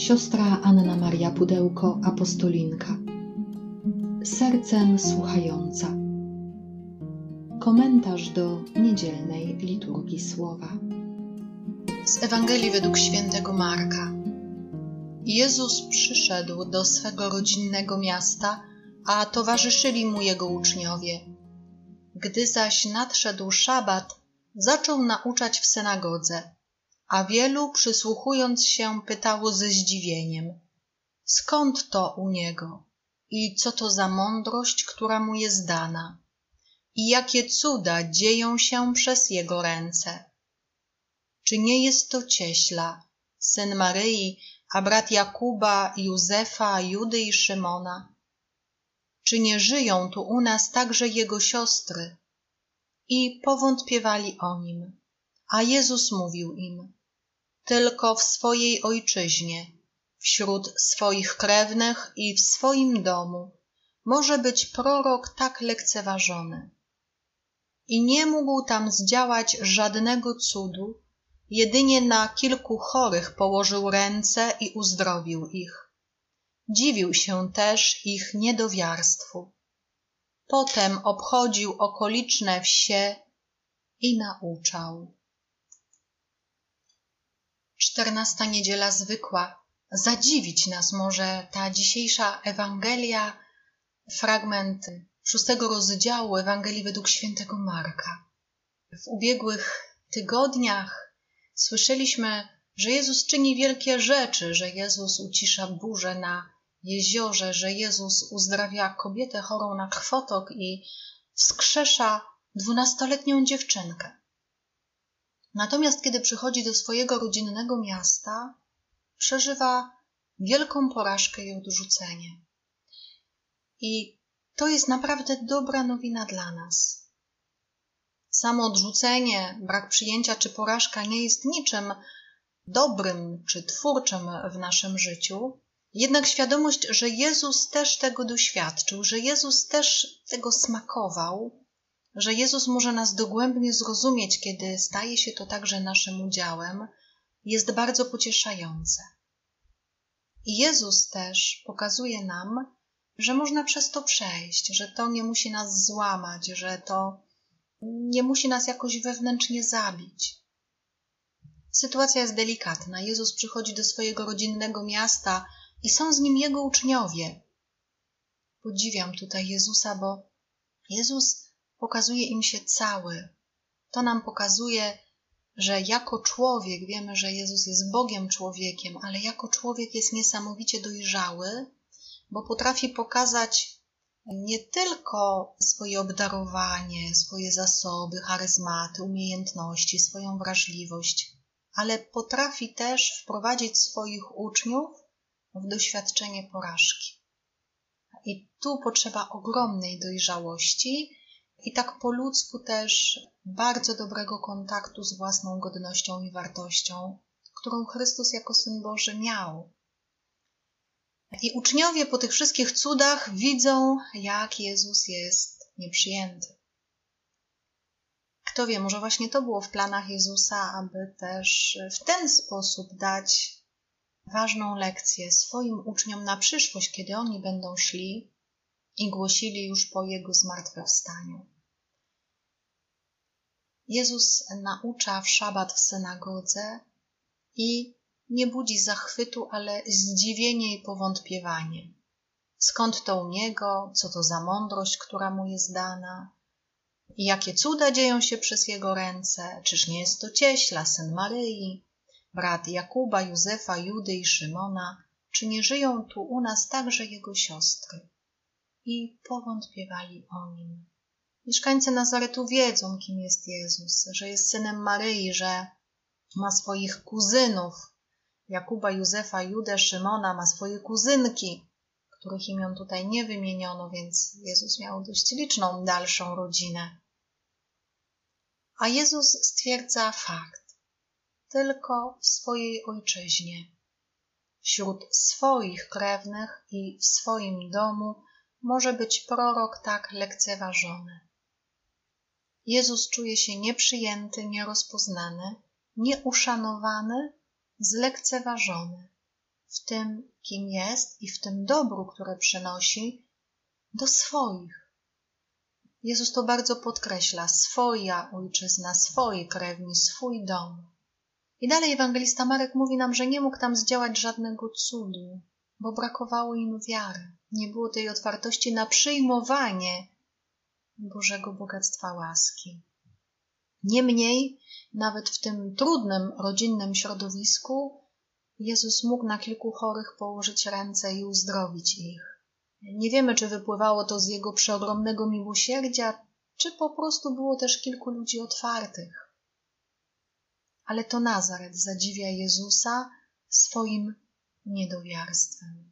Siostra Anna Maria Pudełko, apostolinka. Sercem słuchająca. Komentarz do niedzielnej liturgii słowa. Z Ewangelii według świętego Marka. Jezus przyszedł do swego rodzinnego miasta, a towarzyszyli mu jego uczniowie. Gdy zaś nadszedł szabat, zaczął nauczać w synagodze, a wielu, przysłuchując się, pytało ze zdziwieniem: skąd to u niego? I co to za mądrość, która mu jest dana? I jakie cuda dzieją się przez jego ręce? Czy nie jest to cieśla, syn Maryi, a brat Jakuba, Józefa, Judy i Szymona? Czy nie żyją tu u nas także jego siostry? I powątpiewali o nim. A Jezus mówił im: tylko w swojej ojczyźnie, wśród swoich krewnych i w swoim domu może być prorok tak lekceważony. I nie mógł tam zdziałać żadnego cudu, jedynie na kilku chorych położył ręce i uzdrowił ich. Dziwił się też ich niedowiarstwu. Potem obchodził okoliczne wsie i nauczał. 14. niedziela zwykła. Zadziwić nas może ta dzisiejsza Ewangelia, fragment 6 rozdziału Ewangelii według świętego Marka. W ubiegłych tygodniach słyszeliśmy, że Jezus czyni wielkie rzeczy, że Jezus ucisza burzę na jeziorze, że Jezus uzdrawia kobietę chorą na krwotok i wskrzesza 12-letnią dziewczynkę. Natomiast kiedy przychodzi do swojego rodzinnego miasta, przeżywa wielką porażkę i odrzucenie. I to jest naprawdę dobra nowina dla nas. Samo odrzucenie, brak przyjęcia czy porażka nie jest niczym dobrym czy twórczym w naszym życiu, jednak świadomość, że Jezus też tego doświadczył, że Jezus też tego smakował, że Jezus może nas dogłębnie zrozumieć, kiedy staje się to także naszym udziałem, jest bardzo pocieszające. I Jezus też pokazuje nam, że można przez to przejść, że to nie musi nas złamać, że to nie musi nas jakoś wewnętrznie zabić. Sytuacja jest delikatna. Jezus przychodzi do swojego rodzinnego miasta i są z nim jego uczniowie. Podziwiam tutaj Jezusa, bo Jezus pokazuje im się cały. To nam pokazuje, że jako człowiek, wiemy, że Jezus jest Bogiem człowiekiem, ale jako człowiek jest niesamowicie dojrzały, bo potrafi pokazać nie tylko swoje obdarowanie, swoje zasoby, charyzmaty, umiejętności, swoją wrażliwość, ale potrafi też wprowadzić swoich uczniów w doświadczenie porażki. I tu potrzeba ogromnej dojrzałości i tak po ludzku też bardzo dobrego kontaktu z własną godnością i wartością, którą Chrystus jako Syn Boży miał. I uczniowie po tych wszystkich cudach widzą, jak Jezus jest nieprzyjęty. Kto wie, może właśnie to było w planach Jezusa, aby też w ten sposób dać ważną lekcję swoim uczniom na przyszłość, kiedy oni będą szli i głosili już po Jego zmartwychwstaniu. Jezus naucza w szabat w synagodze i nie budzi zachwytu, ale zdziwienie i powątpiewanie. Skąd to u Niego? Co to za mądrość, która Mu jest dana? I jakie cuda dzieją się przez Jego ręce? Czyż nie jest to cieśla, syn Maryi, brat Jakuba, Józefa, Judy i Szymona? Czy nie żyją tu u nas także Jego siostry? I powątpiewali o Nim. Mieszkańcy Nazaretu wiedzą, kim jest Jezus, że jest synem Maryi, że ma swoich kuzynów, Jakuba, Józefa, Judę, Szymona, ma swoje kuzynki, których imion tutaj nie wymieniono, więc Jezus miał dość liczną dalszą rodzinę. A Jezus stwierdza fakt, tylko w swojej ojczyźnie, wśród swoich krewnych i w swoim domu może być prorok tak lekceważony. Jezus czuje się nieprzyjęty, nierozpoznany, nieuszanowany, zlekceważony. w tym, kim jest i w tym dobru, które przynosi, do swoich. Jezus to bardzo podkreśla. Swoja ojczyzna, swoi krewni, swój dom. I dalej ewangelista Marek mówi nam, że nie mógł tam zdziałać żadnego cudu, bo brakowało im wiary. Nie było tej otwartości na przyjmowanie Bożego bogactwa łaski. Niemniej, nawet w tym trudnym rodzinnym środowisku, Jezus mógł na kilku chorych położyć ręce i uzdrowić ich. Nie wiemy, czy wypływało to z Jego przeogromnego miłosierdzia, czy po prostu było też kilku ludzi otwartych. Ale to Nazaret zadziwia Jezusa swoim niedowiarstwem.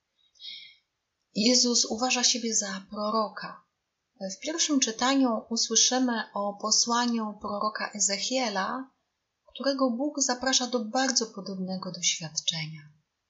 Jezus uważa siebie za proroka. W pierwszym czytaniu usłyszymy o posłaniu proroka Ezechiela, którego Bóg zaprasza do bardzo podobnego doświadczenia.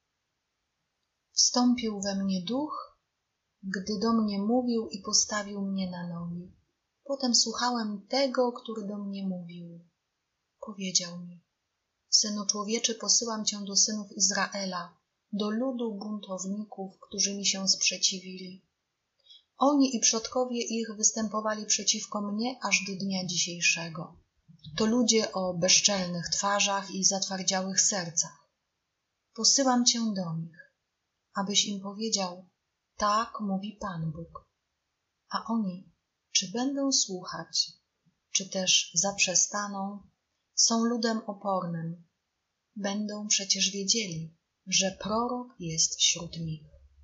Wstąpił we mnie duch, gdy do mnie mówił i postawił mnie na nogi. Potem słuchałem tego, który do mnie mówił. Powiedział mi: Synu człowieczy, posyłam cię do synów Izraela, do ludu buntowników, którzy mi się sprzeciwili. Oni i przodkowie ich występowali przeciwko mnie aż do dnia dzisiejszego. To ludzie o bezczelnych twarzach i zatwardziałych sercach. Posyłam cię do nich, abyś im powiedział: tak mówi Pan Bóg. A oni, czy będą słuchać, czy też zaprzestaną, są ludem opornym. Będą przecież wiedzieli, że prorok jest wśród nich.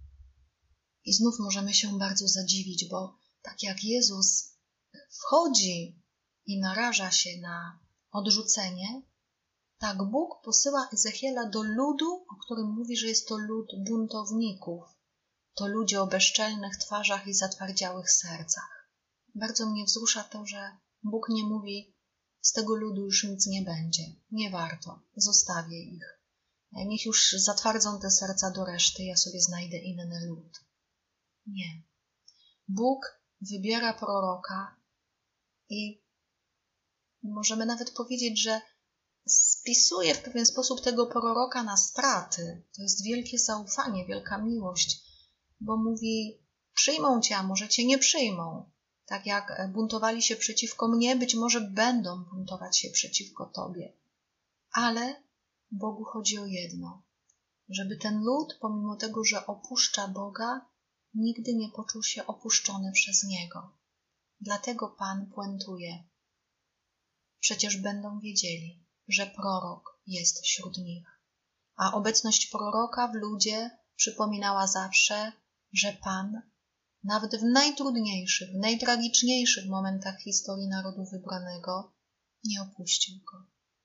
I znów możemy się bardzo zadziwić, bo tak jak Jezus wchodzi i naraża się na odrzucenie, tak Bóg posyła Ezechiela do ludu, o którym mówi, że jest to lud buntowników. To ludzie o bezczelnych twarzach i zatwardziałych sercach. Bardzo mnie wzrusza to, że Bóg nie mówi: z tego ludu już nic nie będzie, nie warto, zostawię ich. Niech już zatwardzą te serca do reszty, ja sobie znajdę inny lud. Nie. Bóg wybiera proroka i możemy nawet powiedzieć, że spisuje w pewien sposób tego proroka na straty. To jest wielkie zaufanie, wielka miłość, bo mówi: przyjmą cię, a może cię nie przyjmą. Tak jak buntowali się przeciwko mnie, być może będą buntować się przeciwko tobie. Ale Bogu chodzi o jedno, żeby ten lud, pomimo tego, że opuszcza Boga, nigdy nie poczuł się opuszczony przez Niego. Dlatego Pan puentuje: przecież będą wiedzieli, że prorok jest wśród nich. A obecność proroka w ludzie przypominała zawsze, że Pan, nawet w najtrudniejszych, w najtragiczniejszych momentach historii narodu wybranego, nie opuścił go.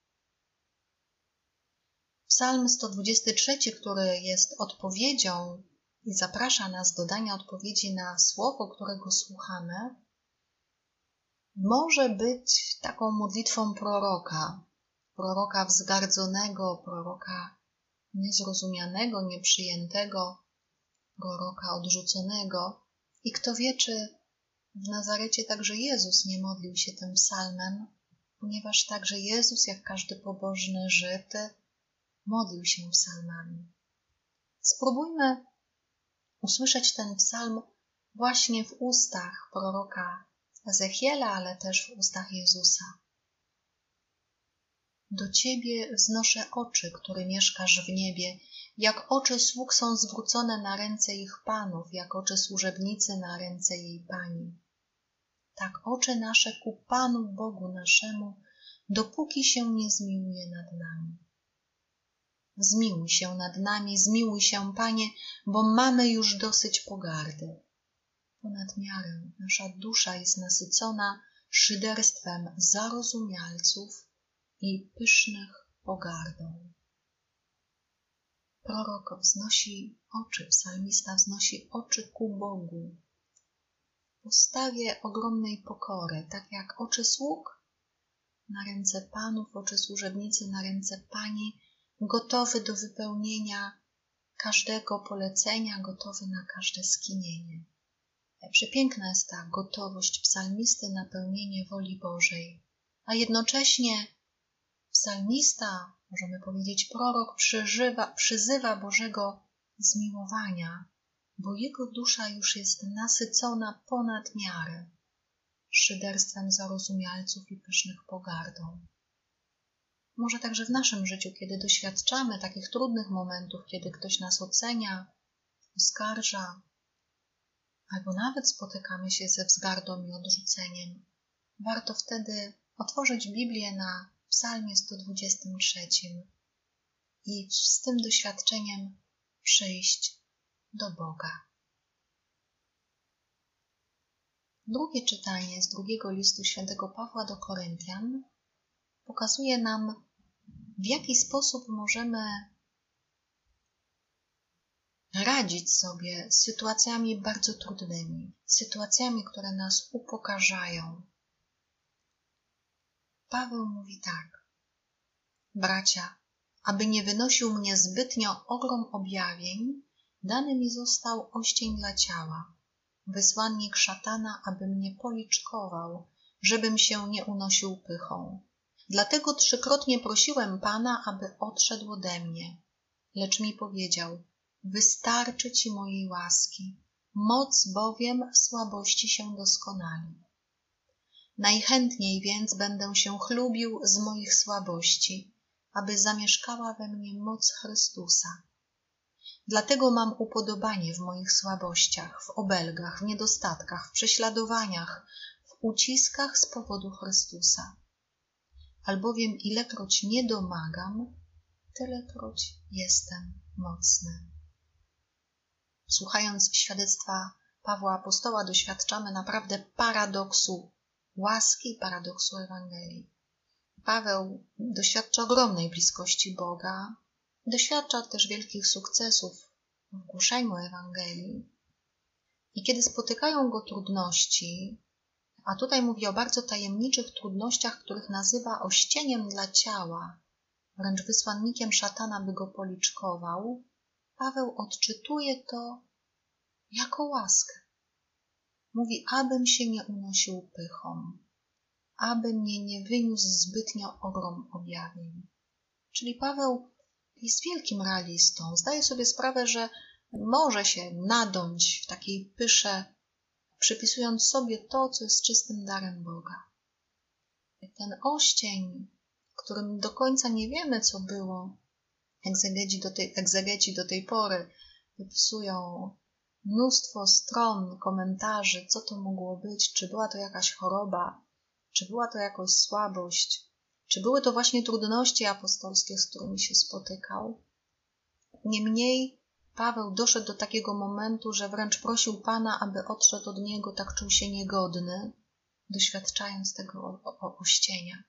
Psalm 123, który jest odpowiedzią i zaprasza nas do dania odpowiedzi na słowo, którego słuchamy, może być taką modlitwą proroka wzgardzonego, proroka niezrozumianego, nieprzyjętego, proroka odrzuconego. I kto wie, czy w Nazarecie także Jezus nie modlił się tym psalmem, ponieważ także Jezus, jak każdy pobożny Żyd, modlił się psalmami. Spróbujmy usłyszeć ten psalm właśnie w ustach proroka Ezechiela, ale też w ustach Jezusa. Do Ciebie wznoszę oczy, który mieszkasz w niebie, jak oczy sług są zwrócone na ręce ich panów, jak oczy służebnicy na ręce jej pani. Tak oczy nasze ku Panu Bogu naszemu, dopóki się nie zmiłuje nad nami. Zmiłuj się nad nami, zmiłuj się, Panie, bo mamy już dosyć pogardy. Ponad miarę nasza dusza jest nasycona szyderstwem zarozumialców i pysznych pogardą. Prorok wznosi oczy, psalmista wznosi oczy ku Bogu. W postawie ogromnej pokory, tak jak oczy sług na ręce panów, oczy służebnicy na ręce pani, gotowy do wypełnienia każdego polecenia, gotowy na każde skinienie. Przepiękna jest ta gotowość psalmisty na pełnienie woli Bożej, a jednocześnie psalmista Możemy powiedzieć, prorok przyzywa Bożego zmiłowania, bo jego dusza już jest nasycona ponad miarę szyderstwem zarozumialców i pysznych pogardą. Może także w naszym życiu, kiedy doświadczamy takich trudnych momentów, kiedy ktoś nas ocenia, oskarża, albo nawet spotykamy się ze wzgardą i odrzuceniem, warto wtedy otworzyć Biblię na Psalmie 123 i z tym doświadczeniem przyjść do Boga. Drugie czytanie z drugiego listu świętego Pawła do Koryntian pokazuje nam, w jaki sposób możemy radzić sobie z sytuacjami bardzo trudnymi, sytuacjami, które nas upokarzają. Paweł mówi tak: bracia, aby nie wynosił mnie zbytnio ogrom objawień, dany mi został oścień dla ciała, wysłannik szatana, aby mnie policzkował, żebym się nie unosił pychą. Dlatego 3-krotnie prosiłem Pana, aby odszedł ode mnie. Lecz mi powiedział: wystarczy ci mojej łaski, moc bowiem w słabości się doskonali. Najchętniej więc będę się chlubił z moich słabości, aby zamieszkała we mnie moc Chrystusa. Dlatego mam upodobanie w moich słabościach, w obelgach, w niedostatkach, w prześladowaniach, w uciskach z powodu Chrystusa. Albowiem ilekroć nie domagam, tylekroć jestem mocny. Słuchając świadectwa Pawła Apostoła, doświadczamy naprawdę paradoksu łaski i paradoksu Ewangelii. Paweł doświadcza ogromnej bliskości Boga, doświadcza też wielkich sukcesów w głoszeniu Ewangelii. I kiedy spotykają go trudności, a tutaj mówi o bardzo tajemniczych trudnościach, których nazywa ościeniem dla ciała, wręcz wysłannikiem szatana, by go policzkował, Paweł odczytuje to jako łaskę. Mówi, abym się nie unosił pychą, aby mnie nie wyniósł zbytnio ogrom objawień. Czyli Paweł jest wielkim realistą. Zdaje sobie sprawę, że może się nadąć w takiej pysze, przypisując sobie to, co jest czystym darem Boga. Ten oścień, którym do końca nie wiemy, co było, egzegeci do tej pory wypisują mnóstwo stron, komentarzy, co to mogło być, czy była to jakaś choroba, czy była to jakaś słabość, czy były to właśnie trudności apostolskie, z którymi się spotykał. Niemniej Paweł doszedł do takiego momentu, że wręcz prosił Pana, aby odszedł od niego, tak czuł się niegodny, doświadczając tego ościenia.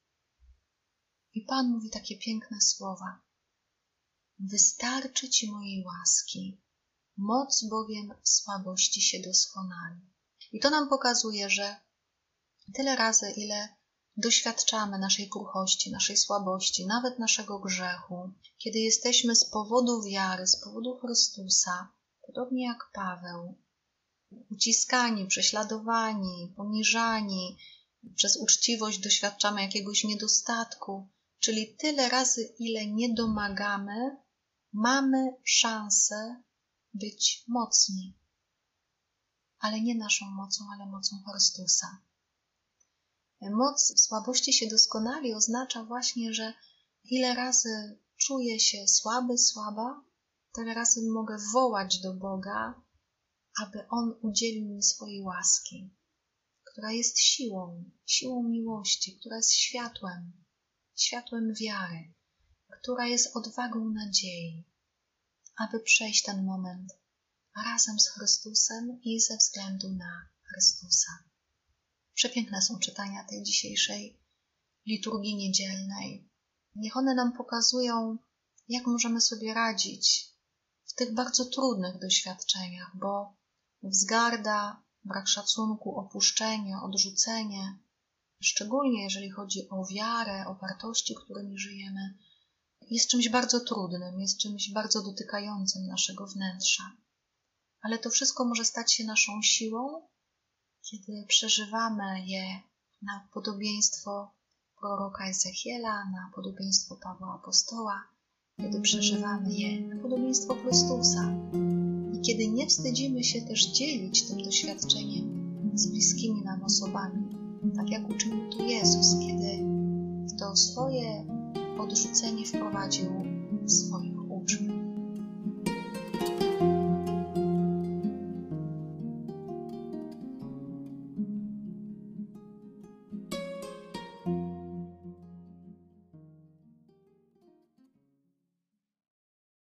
I Pan mówi takie piękne słowa: wystarczy ci mojej łaski, moc bowiem w słabości się doskonali. I to nam pokazuje, że tyle razy, ile doświadczamy naszej kruchości, naszej słabości, nawet naszego grzechu, kiedy jesteśmy z powodu wiary, z powodu Chrystusa, podobnie jak Paweł, uciskani, prześladowani, poniżani, przez uczciwość doświadczamy jakiegoś niedostatku, czyli tyle razy, ile nie domagamy, mamy szansę być mocni, ale nie naszą mocą, ale mocą Chrystusa. Moc w słabości się doskonali oznacza właśnie, że ile razy czuję się słaby, słaba, tyle razy mogę wołać do Boga, aby On udzielił mi swojej łaski, która jest siłą miłości, która jest światłem wiary, która jest odwagą nadziei, aby przejść ten moment razem z Chrystusem i ze względu na Chrystusa. Przepiękne są czytania tej dzisiejszej liturgii niedzielnej. Niech one nam pokazują, jak możemy sobie radzić w tych bardzo trudnych doświadczeniach, bo wzgarda, brak szacunku, opuszczenie, odrzucenie, szczególnie jeżeli chodzi o wiarę, o wartości, którymi żyjemy, jest czymś bardzo trudnym, jest czymś bardzo dotykającym naszego wnętrza. Ale to wszystko może stać się naszą siłą, kiedy przeżywamy je na podobieństwo proroka Ezechiela na podobieństwo Pawła Apostoła, kiedy przeżywamy je na podobieństwo Chrystusa i kiedy nie wstydzimy się też dzielić tym doświadczeniem z bliskimi nam osobami, tak jak uczynił to Jezus, kiedy w to swoje odrzucenie wprowadził swoich